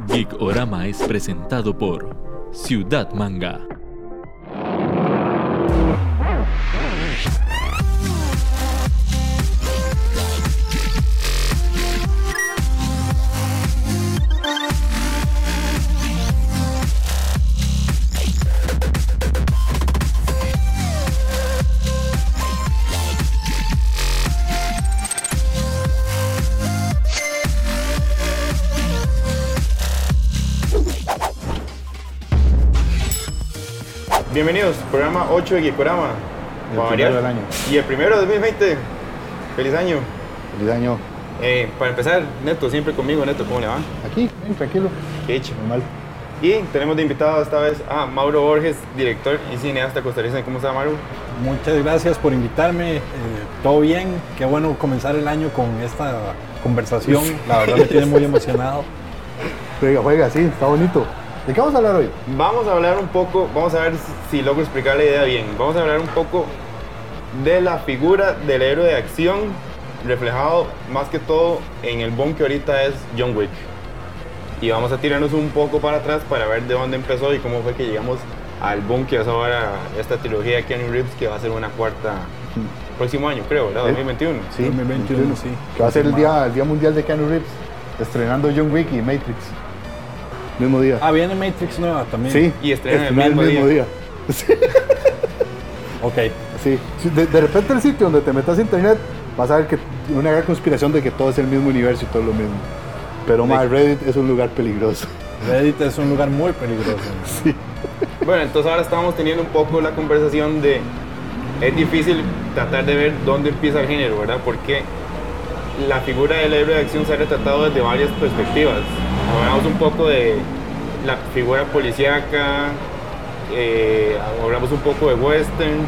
Geekorama es presentado por Ciudad Manga. Bienvenidos, programa 8 de Geekorama. El primero del año. Y el primero de 2020. Feliz año. Feliz año. Para empezar, Neto, siempre conmigo. Neto, ¿cómo le va? Aquí, bien, tranquilo. Qué hecho. Normal. Y tenemos de invitado esta vez a Mauro Borges, director y cineasta costarricense. ¿Cómo está, Mauro? Muchas gracias por invitarme. Todo bien. Qué bueno comenzar el año con esta conversación. La verdad me tiene muy emocionado. Juega, sí, está bonito. ¿De qué vamos a hablar hoy? Vamos a hablar un poco, vamos a ver si logro explicar la idea bien. Vamos a hablar un poco de la figura del héroe de acción, reflejado más que todo en el boom que ahorita es John Wick. Y vamos a tirarnos un poco para atrás para ver de dónde empezó y cómo fue que llegamos al boom que es ahora esta trilogía de Keanu Reeves, que va a ser una cuarta próximo año, creo, ¿verdad? 2021. Sí, 2021, sí. Que va a ser el día mundial de Keanu Reeves, estrenando John Wick y Matrix. Mismo día. Ah, viene Matrix nueva también. Sí, Y estrenan el mismo día. Sí. Ok. Sí. De repente el sitio donde te metas a internet vas a ver que una gran conspiración de que todo es el mismo universo y todo lo mismo. Pero más Reddit es un lugar peligroso. Reddit es un lugar muy peligroso. Sí. Bueno, entonces ahora estamos teniendo un poco la conversación de... Es difícil tratar de ver dónde empieza el género, ¿verdad? Porque la figura del héroe de acción se ha retratado desde varias perspectivas. Hablamos un poco de la figura policíaca, hablamos un poco de westerns.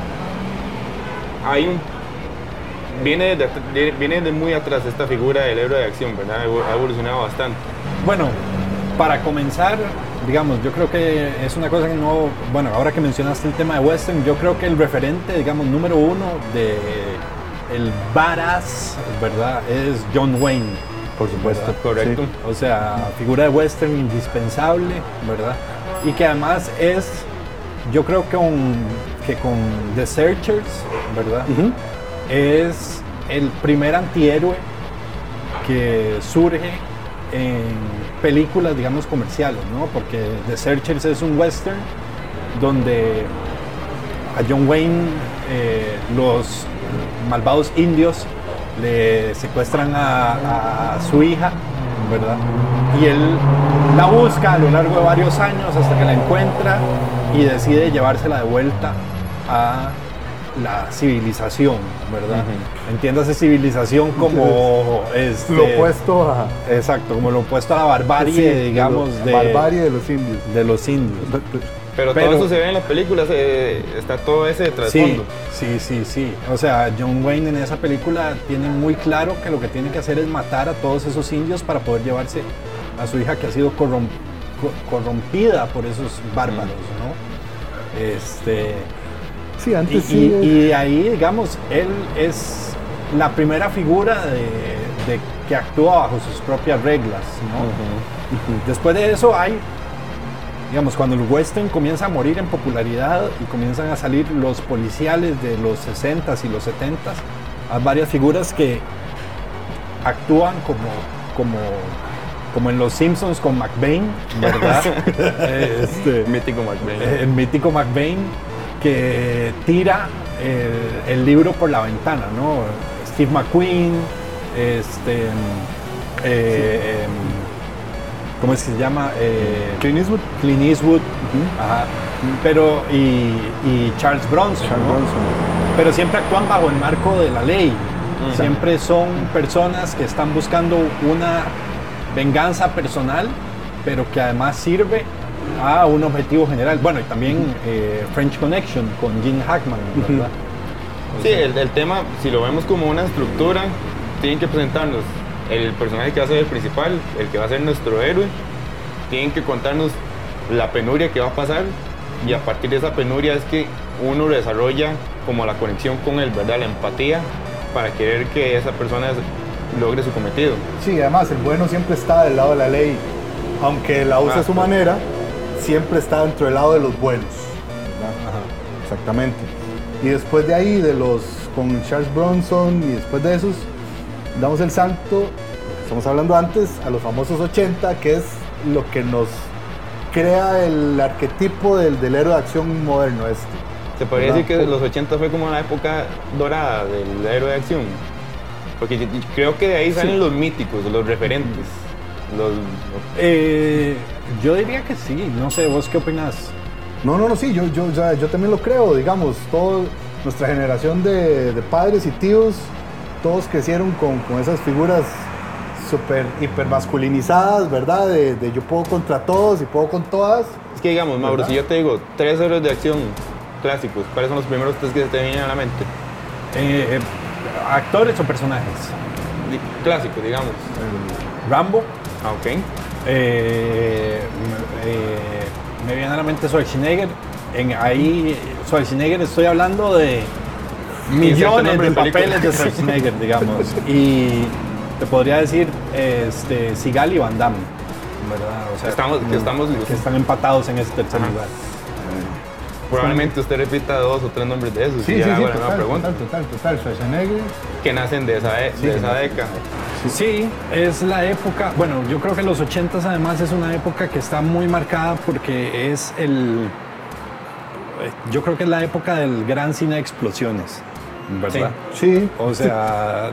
Viene de muy atrás esta figura del héroe de acción, ¿verdad? Ha evolucionado bastante. Bueno, para comenzar, digamos, yo creo que es una cosa que no... Bueno, ahora que mencionaste el tema de western, yo creo que el referente, digamos, número uno de el badass, ¿verdad? Es John Wayne. Por supuesto. ¿Verdad? Correcto. Sí. O sea, figura de western indispensable, ¿verdad? Y que además es, yo creo que con The Searchers, ¿verdad? Uh-huh. Es el primer antihéroe que surge en películas, digamos, comerciales, ¿no? Porque The Searchers es un western donde a John Wayne los malvados indios le secuestran a su hija, ¿verdad? Y él la busca a lo largo de varios años hasta que la encuentra y decide llevársela de vuelta a la civilización, ¿verdad? Uh-huh. Entiéndase civilización como lo opuesto a... Exacto, como lo opuesto a la barbarie, sí, digamos, de barbarie de los indios. De los indios. Pero todo eso se ve en las películas, está todo ese trasfondo. Sí. O sea, John Wayne en esa película tiene muy claro que lo que tiene que hacer es matar a todos esos indios para poder llevarse a su hija que ha sido corrompida por esos bárbaros, ¿no? Sí, antes y ahí, digamos, él es la primera figura de que actúa bajo sus propias reglas, ¿no? Uh-huh. Después de eso hay... Digamos, cuando el western comienza a morir en popularidad y comienzan a salir los policiales de los 60s y los 70s, hay varias figuras que actúan como en Los Simpsons con McBain, ¿verdad? Mítico McBain. El mítico McBain que tira el libro por la ventana, ¿no? Steve McQueen, ¿cómo es que se llama? Clint Eastwood. Uh-huh. Ajá. Pero, y Charles Bronson. Pero siempre actúan bajo el marco de la ley. Uh-huh. Siempre son personas que están buscando una venganza personal, pero que además sirve a un objetivo general. Bueno, y también French Connection con Gene Hackman, ¿verdad? Uh-huh. Sí, el tema, si lo vemos como una estructura, tienen que presentarnos el personaje que va a ser el principal, el que va a ser nuestro héroe, tienen que contarnos la penuria que va a pasar y a partir de esa penuria es que uno desarrolla como la conexión con él, ¿verdad? La empatía para querer que esa persona logre su cometido. Sí, además el bueno siempre está del lado de la ley aunque la usa a su manera, siempre está dentro del lado de los buenos. Exactamente. Y después de ahí, con Charles Bronson, y después de esos, damos el salto, estamos hablando antes, a los famosos 80, que es lo que nos crea el arquetipo del héroe de acción moderno Se podría decir que los 80 fue como la época dorada del héroe de acción. Porque yo creo que de ahí salen los míticos, los referentes. Yo diría que sí, no sé, ¿vos qué opinás? No, sí, yo también lo creo, digamos, toda nuestra generación de padres y tíos, todos crecieron con esas figuras súper, hiper masculinizadas, ¿verdad? De yo puedo contra todos y puedo con todas. Es que digamos, Mauro, si yo te digo 3 héroes de acción clásicos, ¿cuáles son los primeros 3 que se te vienen a la mente? ¿Actores o personajes? Clásicos, digamos. Rambo. Ah, ok. Me viene a la mente Schwarzenegger. Ahí, Schwarzenegger, estoy hablando de millones de papeles de Schwarzenegger, digamos. Y te podría decir Seagal y Van Damme, ¿verdad? O sea, que están empatados en ese tercer lugar. Probablemente usted repita 2 o 3 nombres de esos. Sí, total. Schwarzenegger. Que nacen de esa década. Sí, es la época, bueno, yo creo que los 80s además es una época que está muy marcada porque yo creo que es la época del gran cine de explosiones, ¿verdad? Sí. O sea,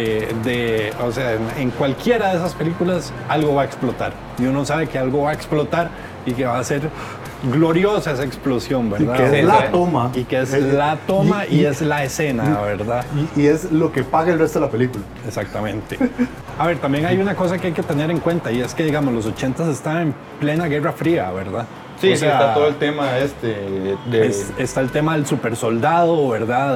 en cualquiera de esas películas algo va a explotar y uno sabe que algo va a explotar y que va a ser gloriosa esa explosión, ¿verdad? Y que es la toma. Y que es la toma y es la escena, ¿verdad? Y es lo que paga el resto de la película. Exactamente. A ver, también hay una cosa que hay que tener en cuenta y es que, digamos, los 80s estaban en plena Guerra Fría, ¿verdad? Sí, está todo el tema está el tema del supersoldado, ¿verdad?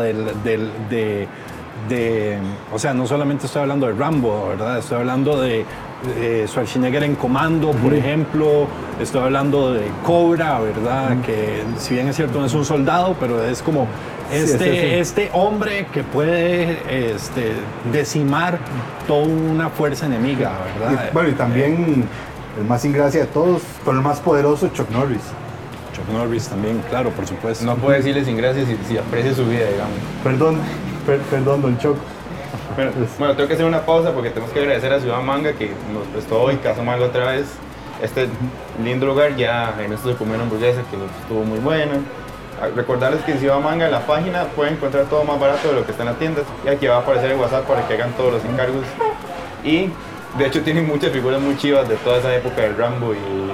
O sea, no solamente estoy hablando de Rambo, ¿verdad? Estoy hablando de Schwarzenegger en Comando, por ejemplo. Estoy hablando de Cobra, ¿verdad? Que si bien es cierto no es un soldado, pero es como este hombre que puede decimar toda una fuerza enemiga, ¿verdad? Y también el más sin gracia de todos, pero el más poderoso, Chuck Norris. Chuck Norris también, claro, por supuesto. No puedo decirle sin gracia si aprecia su vida, digamos. Perdón, don Chuck. Bueno, tengo que hacer una pausa porque tenemos que agradecer a Ciudad Manga que nos prestó hoy Casa Manga otra vez este lindo lugar. Ya en esto se comió una hamburguesa que estuvo muy buena. Recordarles que en Ciudad Manga en la página pueden encontrar todo más barato de lo que está en las tiendas y aquí va a aparecer el WhatsApp para que hagan todos los encargos. Y de hecho tienen muchas figuras muy chivas de toda esa época del Rambo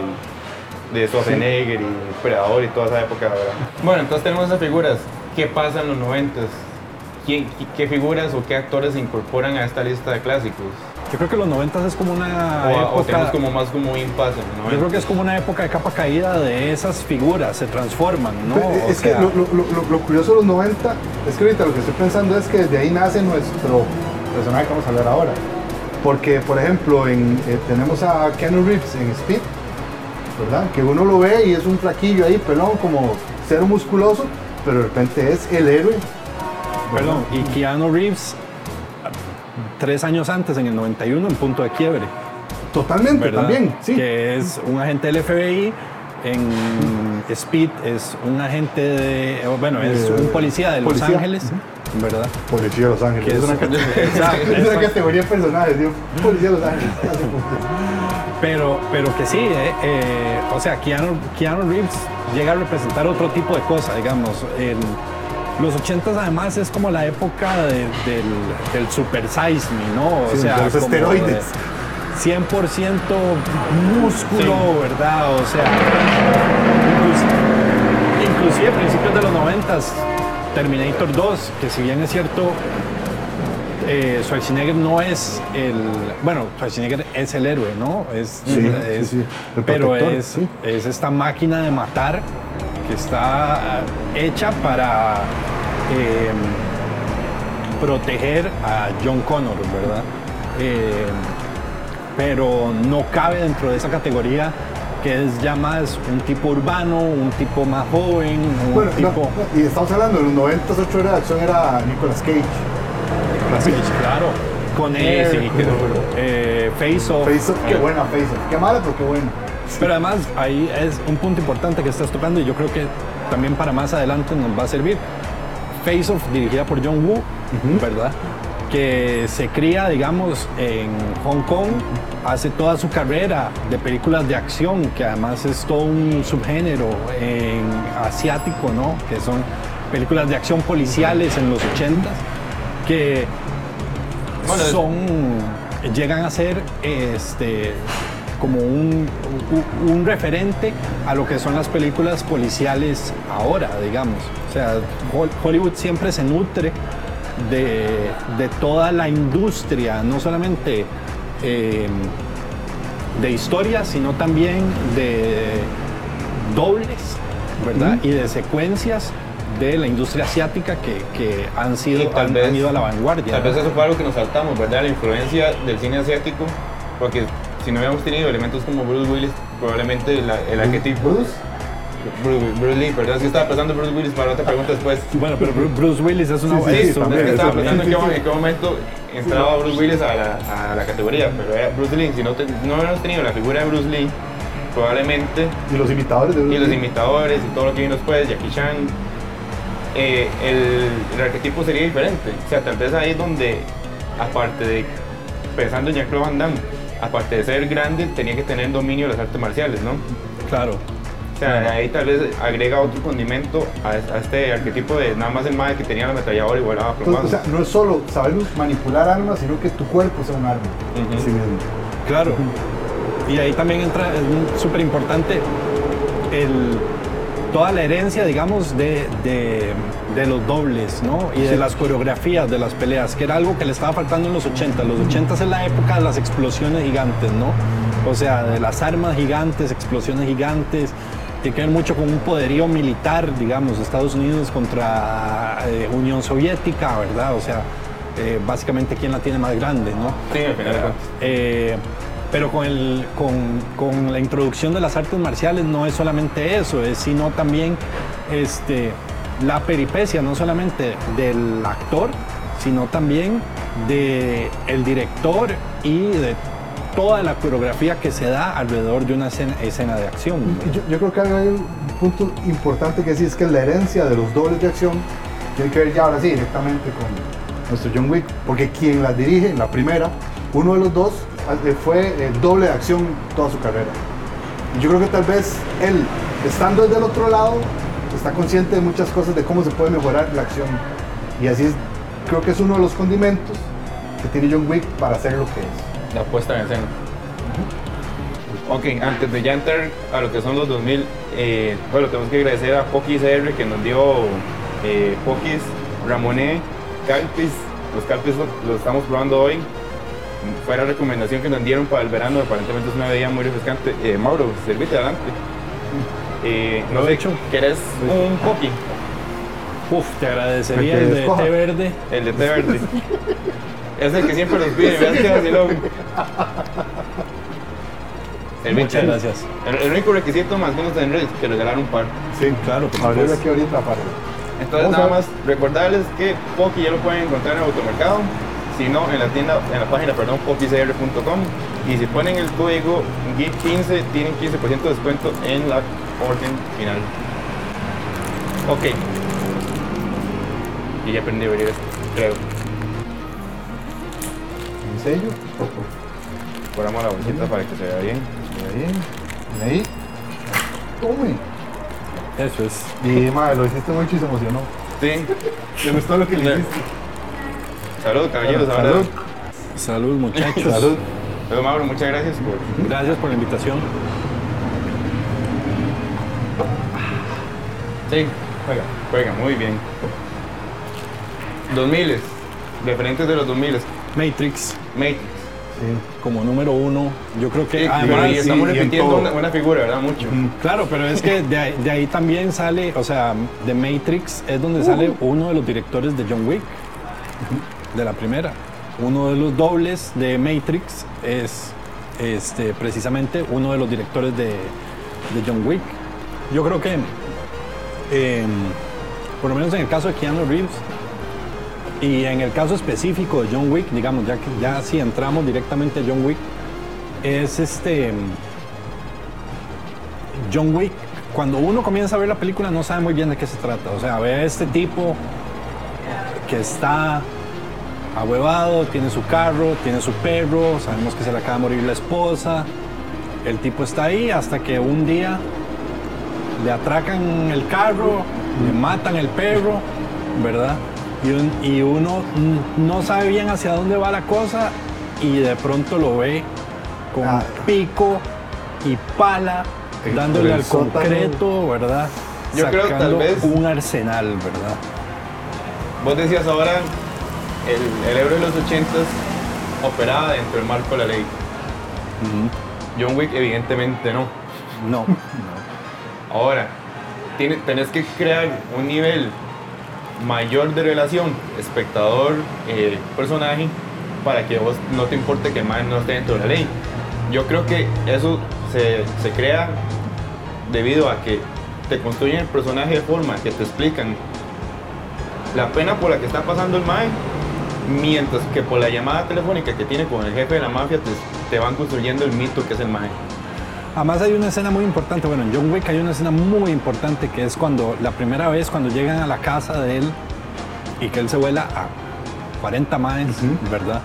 y de Schwarzenegger y Predador y toda esa época, ¿verdad? Bueno, entonces tenemos esas figuras. ¿Qué pasa en los 90s? ¿Qué figuras o qué actores se incorporan a esta lista de clásicos? Yo creo que los 90s es como una época... O tenemos como más como un impasse en los 90s. Yo creo que es como una época de capa caída de esas figuras, se transforman, ¿no? Es que lo curioso de los 90 es que ahorita lo que estoy pensando es que desde ahí nace nuestro personaje que vamos a hablar ahora. Porque, por ejemplo, tenemos a Keanu Reeves en Speed, ¿verdad? Que uno lo ve y es un flaquillo ahí, pelón, como cero musculoso, pero de repente es el héroe. Perdón, y Keanu Reeves 3 años antes, en el 91, en Punto de Quiebre. Totalmente, ¿verdad? También, sí. Que es un agente del FBI, en Speed es un agente es un policía de Los Ángeles, ¿verdad? Policía de Los Ángeles. Que es una categoría de personajes, digo, policía de Los Ángeles. Pero que sí, o sea, Keanu Reeves llega a representar otro tipo de cosa, digamos. Los 80s además es como la época del super size me, ¿no? O sea, de los esteroides. 100% músculo, sí. ¿Verdad? O sea, inclusive a principios de los 90s, Terminator 2, que si bien es cierto, Schwarzenegger no es Schwarzenegger es el héroe, ¿no? Pero es esta máquina de matar que está hecha para proteger a John Connor, ¿verdad? Pero no cabe dentro de esa categoría que es ya más un tipo urbano, un tipo más joven, y estamos hablando de los 90, 8 horas de acción era Nicolas Cage. Claro. Con Sí, Air, sí, qué Face Off. Face Off, qué buena Face Off. Qué mala, pero qué buena. Pero además, ahí es un punto importante que estás tocando y yo creo que también para más adelante nos va a servir. Face Off, dirigida por John Woo, ¿verdad? Que se cría, digamos, en Hong Kong, hace toda su carrera de películas de acción, que además es todo un subgénero en asiático, ¿no? Que son películas de acción policiales en los 80s, que llegan a ser como un referente a lo que son las películas policiales ahora, digamos. O sea, Hollywood siempre se nutre de toda la industria, no solamente de historias, sino también de dobles, ¿verdad? Y de secuencias de la industria asiática que han ido a la vanguardia. Tal vez eso fue algo que nos saltamos, ¿verdad? La influencia del cine asiático, porque si no hubiéramos tenido elementos como Bruce Willis, probablemente el arquetipo... Bruce Lee, ¿verdad? Es que estaba pensando Bruce Willis para otra pregunta después. Bueno, pero Bruce Willis es una... Sí, Es que también, estaba también. pensando en qué momento entraba Bruce Willis a la categoría, pero era Bruce Lee. Si no hubiéramos tenido la figura de Bruce Lee, probablemente... Y los imitadores de Bruce Y los Lee. imitadores y todo lo que vino después, Jackie Chan, el arquetipo sería diferente. O sea, tal vez ahí es donde, aparte de, pensando en Jean-Claude Van Damme, aparte de ser grande, tenía que tener dominio de las artes marciales, ¿no? Claro. O sea, ahí tal vez agrega otro condimento a este arquetipo de nada más el mae que tenía la ametralladora y volaba plomado. Entonces, o sea, no es solo saber manipular armas, sino que tu cuerpo sea un arma. Ujú. Sí mismo. Claro. Y ahí también entra, es súper importante toda la herencia, digamos, de los dobles, ¿no? Y de las coreografías de las peleas, que era algo que le estaba faltando en los 80. Los 80 es la época de las explosiones gigantes, ¿no? O sea, de las armas gigantes, explosiones gigantes. Tiene que ver mucho con un poderío militar, digamos, Estados Unidos contra Unión Soviética, ¿verdad? O sea, básicamente quién la tiene más grande, ¿no? Sí, al final de cuentas. Pero con la introducción de las artes marciales no es solamente eso, es sino también la peripecia, no solamente del actor, sino también del director y de toda la coreografía que se da alrededor de una escena de acción. Yo creo que hay un punto importante que sí es que la herencia de los dobles de acción tiene que ver ya ahora sí directamente con nuestro John Wick, porque quien las dirige, la primera, uno de los dos fue doble de acción toda su carrera. Y yo creo que tal vez él, estando desde el otro lado, está consciente de muchas cosas de cómo se puede mejorar la acción. Y así es, creo que es uno de los condimentos que tiene John Wick para hacer lo que es. La puesta en escena. Ok, antes de ya entrar a lo que son los 2000, bueno, tenemos que agradecer a Pokis R que nos dio Pokis, Ramonet, Calpis. Los Calpis los estamos probando hoy. Fue la recomendación que nos dieron para el verano, aparentemente es una bebida muy refrescante. Mauro, servite adelante. No sé, ¿querés un Poki? Uf, te agradecería El que el de escoja. té verde. El de té verde. Es el que siempre nos pide, vean que vacilón. Muchas gracias. El único requisito más que nos tendré es que regalar un par. Sí, Claro, por abrir supuesto. aquí ahorita para... Entonces Vamos nada a ver. más recordarles que Poki ya lo pueden encontrar en el automercado, si no en la tienda, en la página, perdón, pokicr.com, y si ponen el código GEEK15 tienen 15% de descuento en la orden final. Ok. Y ya aprendí a abrir esto, creo. ¿En sello? Ponemos la bolsita para que se vea bien. Y ahí. Tome. Eso es. Y madre, lo hiciste mucho y se emocionó. Sí. Me gustó lo que le Sí. hiciste. Salud, caballeros. ahora. Salud. Salud, muchachos. Salud. Pero Mauro, muchas gracias por... Gracias por la invitación. Sí, juega, muy bien. 2000, referentes de los 2000, Matrix, Matrix. Sí. como número uno, yo creo que Sí, además, pero y estamos sí, y en repitiendo todo. una figura, ¿verdad? Mucho. claro, pero es que de ahí también sale, o sea, de Matrix es donde sale uno de los directores de John Wick, de la primera. Uno de los dobles de Matrix es precisamente uno de los directores de John Wick. Yo creo que, por lo menos en el caso de Keanu Reeves, Y en el caso específico de John Wick, digamos, ya si entramos directamente a John Wick, es John Wick, cuando uno comienza a ver la película no sabe muy bien de qué se trata. O sea, ve a este tipo que está ahuevado, tiene su carro, tiene su perro, sabemos que se le acaba de morir la esposa. El tipo está ahí hasta que un día le atracan el carro, le matan el perro, ¿verdad? Y uno no sabe bien hacia dónde va la cosa y de pronto lo ve con pico y pala, dándole al concreto, ¿verdad? Yo creo que tal vez un arsenal, ¿verdad? Vos decías ahora, el héroe de los 80s operaba dentro del marco de la ley. John Wick evidentemente no. No. Ahora, tenés que crear un nivel mayor de relación espectador-personaje para que vos no te importe que el man no esté dentro de la ley. Yo creo que eso se crea debido a que te construyen el personaje de forma que te explican la pena por la que está pasando el mae, mientras que por la llamada telefónica que tiene con el jefe de la mafia te van construyendo el mito que es el mae. Además hay una escena muy importante, bueno, en John Wick hay una escena muy importante que es cuando la primera vez cuando llegan a la casa de él y que él se vuela a 40 miles, ¿verdad?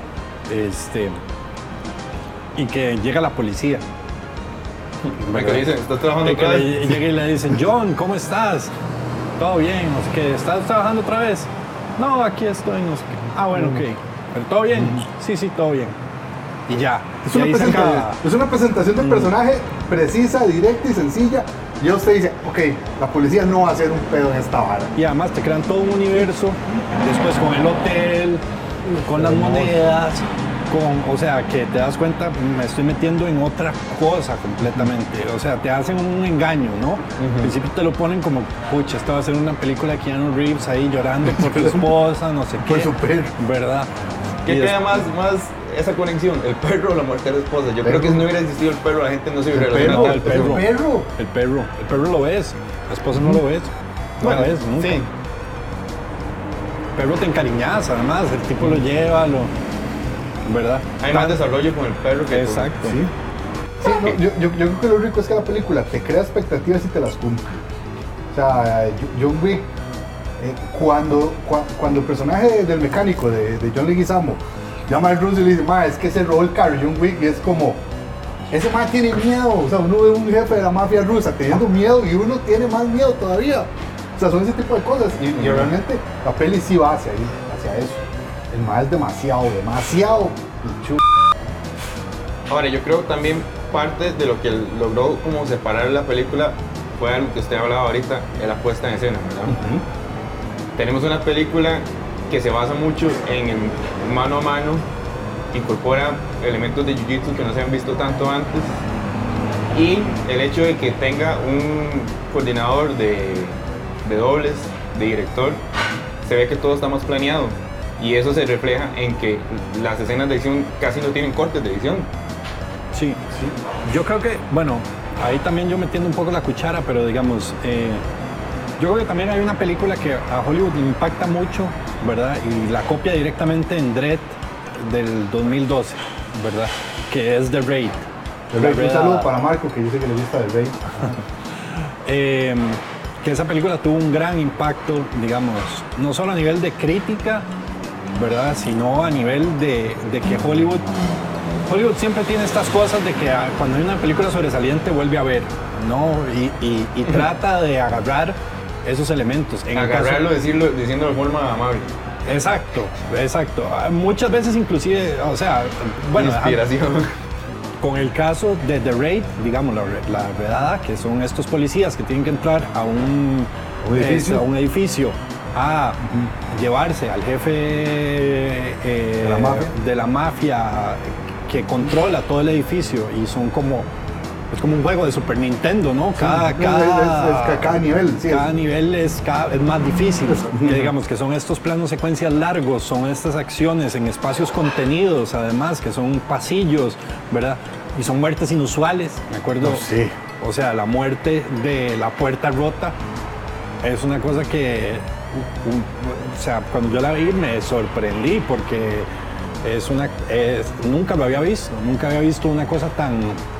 Y que llega la policía. ¿Verdad? Que dicen, ¿estás trabajando otra vez? Y llega y le dicen, John, ¿cómo estás? ¿Todo bien? No sé qué, ¿estás trabajando otra vez? No, aquí estoy, no sé qué. Ah, bueno, ok. ¿Pero todo bien? Sí, todo bien. Y ya. Es una presentación del personaje precisa, directa y sencilla. Y usted dice, ok, la policía no va a hacer un pedo en esta vara. Y además te crean todo un universo, después con el hotel, con las monedas, o sea, que te das cuenta, me estoy metiendo en otra cosa completamente. O sea, te hacen un engaño, ¿no? Al principio te lo ponen como, pucha, esta va a ser una película de Keanu Reeves ahí llorando por su esposa, no sé qué. Por su perro. ¿Verdad? ¿Qué crea más esa conexión? ¿El perro o la muerte de la esposa? Yo creo que si no hubiera existido el perro, la gente no se hubiera relacionado. El perro lo ves, la esposa no lo ves. No la ves nunca. Sí. El perro te encariñas, además, el tipo lo lleva, ¿verdad? Hay más desarrollo con el perro que exacto. Sí, no, yo creo que lo rico es que la película te crea expectativas y te las cumple. O sea, John Wick, cuando el personaje del mecánico de John Leguizamo llama al Russo y le dice, ma, es que se robó el carro John Wick, y es como, ese ma tiene miedo. O sea, uno ve un jefe de la mafia rusa teniendo miedo y uno tiene más miedo todavía. O sea, son ese tipo de cosas y realmente la peli sí va hacia eso. El ma es demasiado chulo. Ahora, yo creo también parte de lo que logró como separar la película fue algo que usted hablaba ahorita, la puesta en escena, ¿verdad? Tenemos una película que se basa mucho en el mano a mano, incorpora elementos de jiu-jitsu que no se han visto tanto antes, y el hecho de que tenga un coordinador de dobles, de director, se ve que todo está más planeado. Y eso se refleja en que las escenas de edición casi no tienen cortes de edición. Sí. Yo creo que, bueno, ahí también yo metiendo un poco la cuchara, pero digamos, yo creo que también hay una película que a Hollywood le impacta mucho, ¿verdad? Y la copia directamente en Dredd del 2012, ¿verdad? Que es The Raid. Un saludo para Marco, que dice que le gusta The Raid. Que esa película tuvo un gran impacto, digamos, no solo a nivel de crítica, ¿verdad? Sino a nivel de que Hollywood siempre tiene estas cosas de que cuando hay una película sobresaliente vuelve a ver, ¿no? Y trata de agarrar esos elementos. Agarrarlo, diciéndolo de forma amable. Exacto. Muchas veces inclusive, o sea, bueno, inspiración. Con el caso de The Raid, digamos, la redada, que son estos policías que tienen que entrar a un edificio a llevarse al jefe de la mafia que controla todo el edificio, y son como es como un juego de Super Nintendo, ¿no? Cada nivel, sí, cada nivel es más difícil. Y digamos que son estos planos secuencias largos, son estas acciones en espacios contenidos, además, que son pasillos, ¿verdad? Y son muertes inusuales, me acuerdo. Sí. O sea, la muerte de la puerta rota es una cosa que o sea, cuando yo la vi me sorprendí porque nunca lo había visto, nunca había visto una cosa tan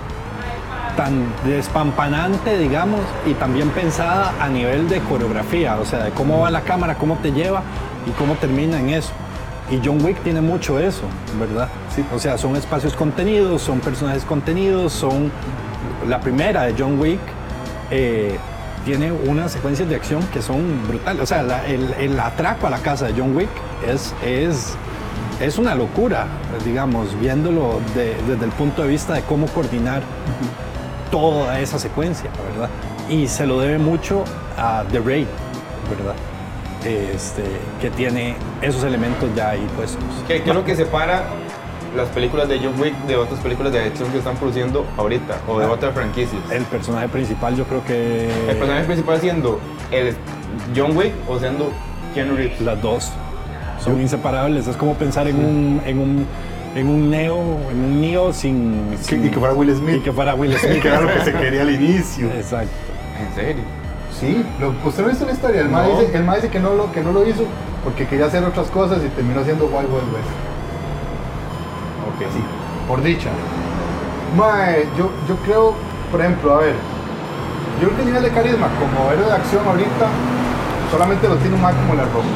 despampanante, digamos, y también pensada a nivel de coreografía, o sea, de cómo va la cámara, cómo te lleva y cómo termina en eso. Y John Wick tiene mucho eso, ¿verdad? Sí. O sea, son espacios contenidos, son personajes contenidos, la primera de John Wick tiene unas secuencias de acción que son brutales. O sea, el atraco a la casa de John Wick es una locura, digamos, viéndolo desde el punto de vista de cómo coordinar toda esa secuencia, ¿verdad? Y se lo debe mucho a The Raid, ¿verdad? Que tiene esos elementos ya ahí puestos. ¿Qué es lo que separa las películas de John Wick de otras películas de acción que están produciendo ahorita o de otras franquicias? El personaje principal, yo creo que... ¿El personaje principal siendo el John Wick o siendo Keanu Reeves? Las dos son inseparables. Es como pensar en un Neo sin... Y que fuera Will Smith. Y que fuera Will Smith. Que era lo que se quería al inicio. Exacto. ¿En serio? Sí, ¿usted no ha visto la historia? El mae dice que no lo hizo porque quería hacer otras cosas y terminó haciendo Wild Wild West. Ok. Sí, por dicha. Mae, yo creo, por ejemplo, a ver, yo creo que el nivel de carisma como héroe de acción ahorita solamente lo tiene un mae como La Roca.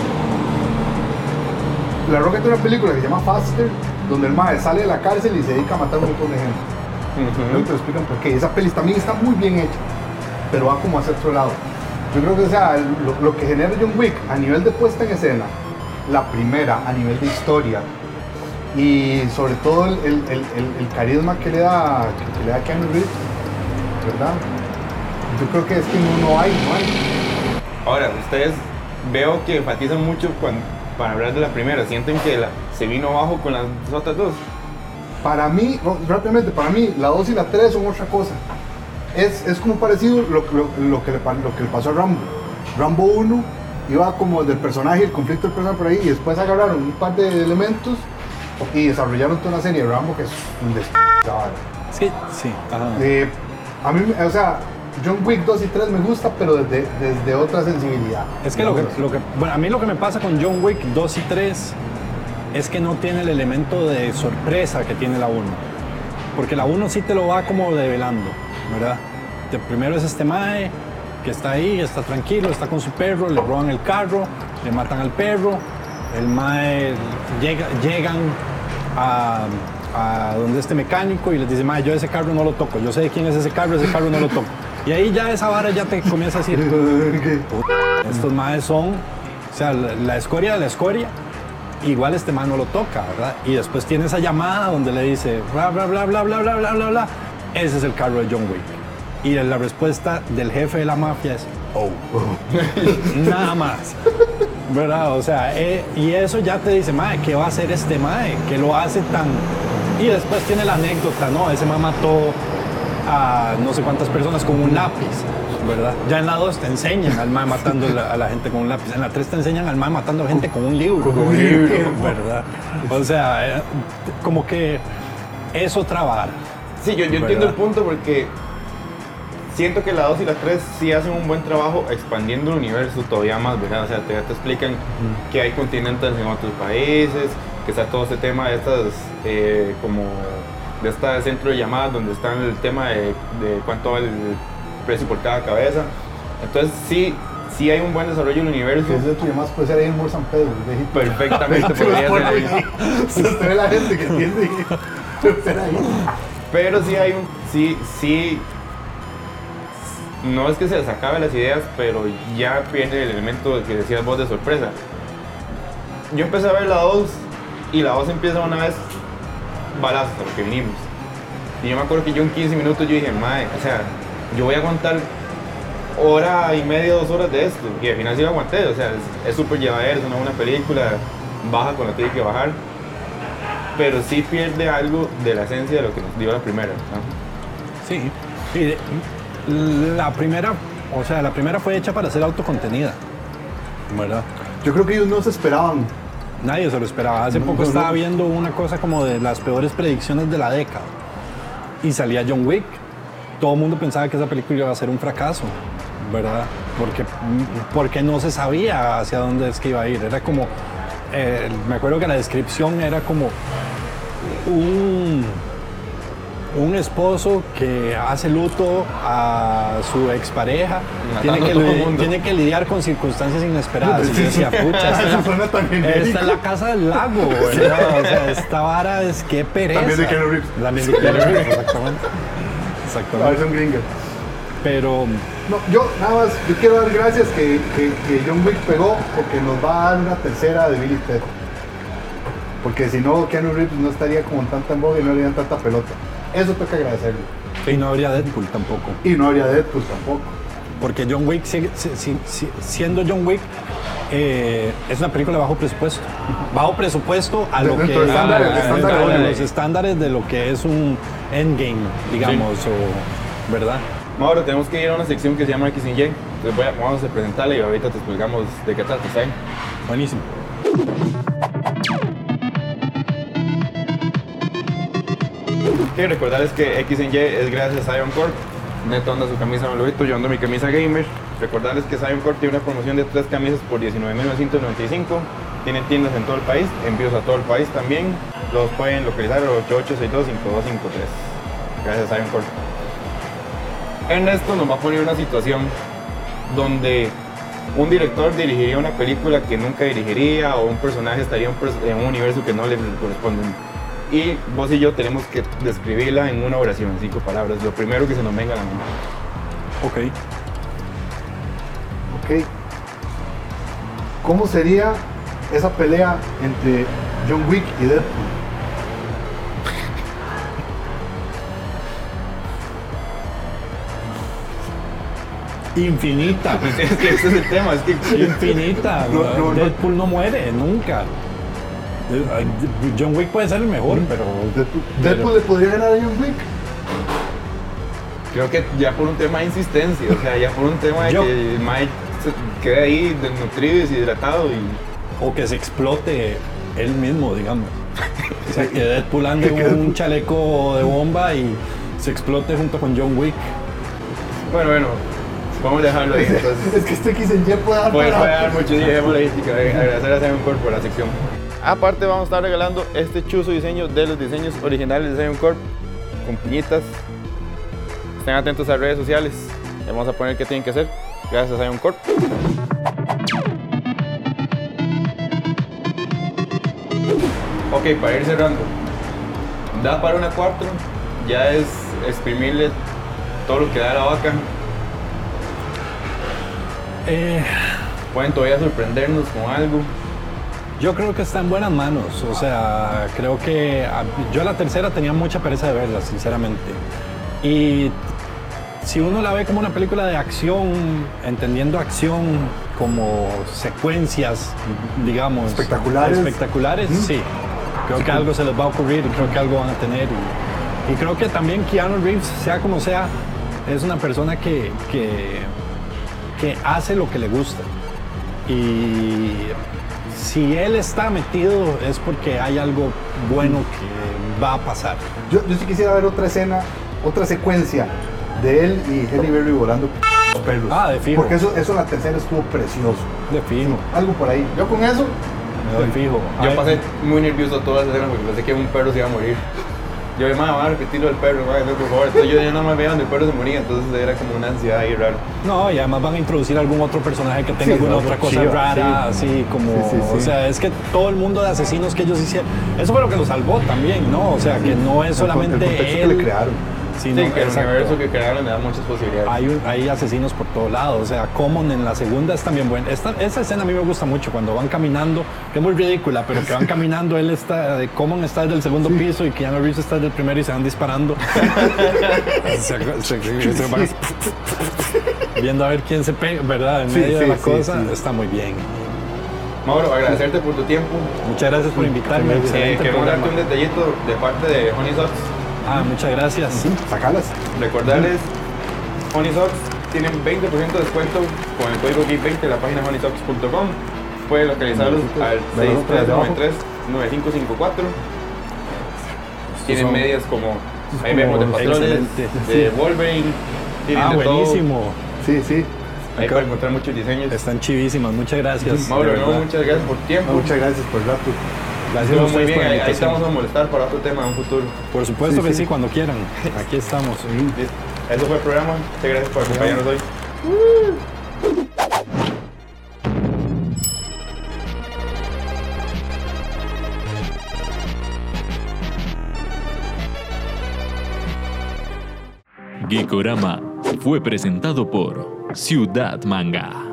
La Roca tiene una película que se llama Faster, donde el mae sale de la cárcel y se dedica a matar a un montón de gente. Luego te lo explican por qué. Esa peli también está muy bien hecha, pero va como hacia otro lado. Yo creo que, o sea, lo que genera John Wick a nivel de puesta en escena, la primera a nivel de historia y sobre todo el carisma que le da Keanu Reeves, ¿verdad? Yo creo que es que no hay. Ahora, ustedes veo que enfatizan mucho para hablar de la primera. ¿Sienten que se vino abajo con las otras dos? Para mí, rápidamente, la 2 y la 3 son otra cosa. Es como parecido lo que le pasó a Rambo. Rambo 1 iba como del personaje, el conflicto del personaje por ahí, y después agarraron un par de elementos y desarrollaron toda una serie de Rambo que es un Sí, sí. A mí, o sea, John Wick 2 y 3 me gusta, pero desde otra sensibilidad. Es que bueno, a mí lo que me pasa con John Wick 2 y 3 es que no tiene el elemento de sorpresa que tiene la 1. Porque la 1 sí te lo va como develando, ¿verdad? Primero es este mae que está ahí, está tranquilo, está con su perro, le roban el carro, le matan al perro, el mae llegan a donde este mecánico y les dice, mae, yo ese carro no lo toco, yo sé de quién es ese carro no lo toco. Y ahí ya esa vara ya te comienza a decir, estos maes son, o sea, la escoria de la escoria, igual este mae no lo toca, ¿verdad? Y después tiene esa llamada donde le dice, bla, bla, bla, bla, bla, bla, bla, bla, bla, ese es el carro de John Wick. Y la respuesta del jefe de la mafia es, nada más, ¿verdad? O sea, y eso ya te dice, mae, ¿qué va a hacer este mae? ¿Qué lo hace tan...? Y después tiene la anécdota, ¿no? Ese mae mató a no sé cuántas personas con un lápiz, ¿verdad? Ya en la 2 te enseñan al mae matando a la gente con un lápiz. En la 3 te enseñan al mae matando a gente con un libro. Con un libro, ¿verdad? O sea, como que es otra vara. Sí, yo entiendo el punto porque siento que la 2 y la 3 sí hacen un buen trabajo expandiendo el universo todavía más, ¿verdad? O sea, te explican que hay continentes en otros países, que está todo este tema de estas, como de este centro de llamadas donde está el tema de cuánto va el precio por cada cabeza. Entonces sí hay un buen desarrollo del universo. Que ese llamadas puede ser ahí en Mor San Pedro, perfectamente podría ser ahí. Usted ve la gente que entiende. Pero sí hay sí, no es que se les acabe las ideas, pero ya viene el elemento que decías vos de sorpresa. Yo empecé a ver la 2 y la 2 empieza una vez balazos a lo que vinimos. Y yo me acuerdo que yo en 15 minutos yo dije, mae, o sea, yo voy a aguantar hora y media, 2 horas de esto. Y al final sí lo aguanté, o sea, es súper llevadero, es una buena película, baja cuando tiene que bajar. Pero sí pierde algo de la esencia de lo que nos dio la primera, ¿no? Sí, y la primera fue hecha para ser autocontenida, ¿verdad? Yo creo que ellos no se esperaban. Nadie se lo esperaba. Hace poco estaba viendo una cosa como de las peores predicciones de la década y salía John Wick. Todo el mundo pensaba que esa película iba a ser un fracaso, ¿verdad? Porque no se sabía hacia dónde es que iba a ir. Era como, me acuerdo que la descripción era como un esposo que hace luto a su expareja, tiene que lidiar con circunstancias inesperadas. Y yo decía, pucha, esta es la casa del lago, ¿verdad? O sea, esta vara es que pereza. También de Keanu Reeves. También de Keanu Reeves, exactamente. La versión gringa. Pero No, yo nada más, yo quiero dar gracias que John Wick pegó, porque nos va a dar una tercera de Bill y Ted. Porque si no, Keanu Reeves no estaría como en tanta en boga y no harían tanta pelota. Eso toca agradecerle. y no habría Deadpool tampoco. Y no habría Deadpool tampoco. Porque John Wick, siendo John Wick, es una película de bajo presupuesto. Bajo presupuesto a lo que a los estándares de lo que es un Endgame, digamos, o, ¿verdad? Mauro, tenemos que ir a una sección que se llama X y Y. Entonces vamos a presentarla y ahorita te explicamos de qué trata, ¿saben? Buenísimo. Quiero recordarles que X y es gracias a Iron Corp. Neto anda su camisa malobito, yo ando mi camisa gamer. Recordarles que Zion Corp tiene una promoción de 3 camisas por $19,995. Tienen tiendas en todo el país, envíos a todo el país también. Los pueden localizar al 8862-5253. Gracias a Zion Corp. Ernesto nos va a poner una situación donde un director dirigiría una película que nunca dirigiría, o un personaje estaría en un universo que no le corresponde. Y vos y yo tenemos que describirla en una oración, en 5 palabras, lo primero que se nos venga a la mente. Ok. ¿Cómo sería esa pelea entre John Wick y Deadpool? Infinita. Es que ese es el tema, es que Infinita. Deadpool no muere, nunca. John Wick puede ser el mejor, pero... ¿Deadpool le podría ganar a John Wick? creo que ya por un tema de insistencia, o sea, ya por un tema de que Mike se quede ahí desnutrido y deshidratado o que se explote él mismo, digamos. O sea, que Deadpool ande en un chaleco de bomba y se explote junto con John Wick. Bueno, vamos a dejarlo ahí. Entonces, es que este X&Y puede dar puede dar mucho, dejémoslo ahí, agradecer a Zion Corp por la sección. Aparte vamos a estar regalando este chuzo diseño de los diseños originales de Zion Corp con piñitas. Estén atentos a las redes sociales, les vamos a poner qué tienen que hacer. Gracias a Zion Corp. Ok, para ir cerrando, da para una 4, ya es exprimirle todo lo que da la vaca. Pueden todavía sorprendernos con algo. Yo creo que está en buenas manos, o sea, creo que yo la tercera tenía mucha pereza de verla, sinceramente. Y si uno la ve como una película de acción, entendiendo acción como secuencias, digamos, espectaculares, sí. Creo que algo se les va a ocurrir y creo que algo van a tener. Y creo que también Keanu Reeves, sea como sea, es una persona que hace lo que le gusta. Y si él está metido es porque hay algo bueno que va a pasar. Yo sí quisiera ver otra escena, otra secuencia de él y Halle Berry volando los perros. Ah, de fijo. Porque eso en la tercera estuvo precioso. De fijo. Algo por ahí. Yo con eso... De fijo. Yo pasé muy nervioso toda esa escena porque pensé que un perro se iba a morir. Yo dije, van a repetirlo del perro, por favor. Entonces yo ya no me veía donde el perro se moría, entonces era como una ansiedad ahí rara. No, y además van a introducir algún otro personaje que tenga alguna otra cosa rara, así como... O sea, es que todo el mundo de asesinos que ellos hicieron, eso fue lo que los salvó también, ¿no? O sea, que no es solamente el contexto él. que le crearon. Sino, sí, que el universo que crearon le da muchas posibilidades. Hay asesinos por todos lados, o sea, Common en la segunda es también buena. Esa escena a mí me gusta mucho, cuando van caminando, que es muy ridícula, pero que van caminando, Common está desde el segundo piso y Keanu Reeves está desde el primero y se van disparando. se van viendo a ver quién se pega, ¿verdad? En medio de la cosa, está muy bien. Mauro, agradecerte por tu tiempo. Muchas gracias por invitarme. Queremos darte un detallito de parte de Honey Socks. Muchas gracias. Sí, sacalas. Recordarles, Honey Socks tienen 20% de descuento con el código GEEK20 en la página honeysocks.com. Pueden localizarlos al 6393-9554. Tienen medias como, ahí vemos de patrones, de Wolverine, tienen de buenísimo. Sí. Ahí para encontrar muchos diseños. Están chivísimas, muchas gracias. Mauro, de no, verdad. muchas gracias por tu tiempo. Muchas gracias por el rato. Gracias a Estuvo muy ustedes bien, por la ahí invitación. estamos a molestar para otro tema en un futuro. Por supuesto Sí, que sí. sí, cuando quieran. Aquí estamos. Listo. Eso fue el programa. Muchas gracias por acompañarnos hoy. Geekorama fue presentado por Ciudad Manga.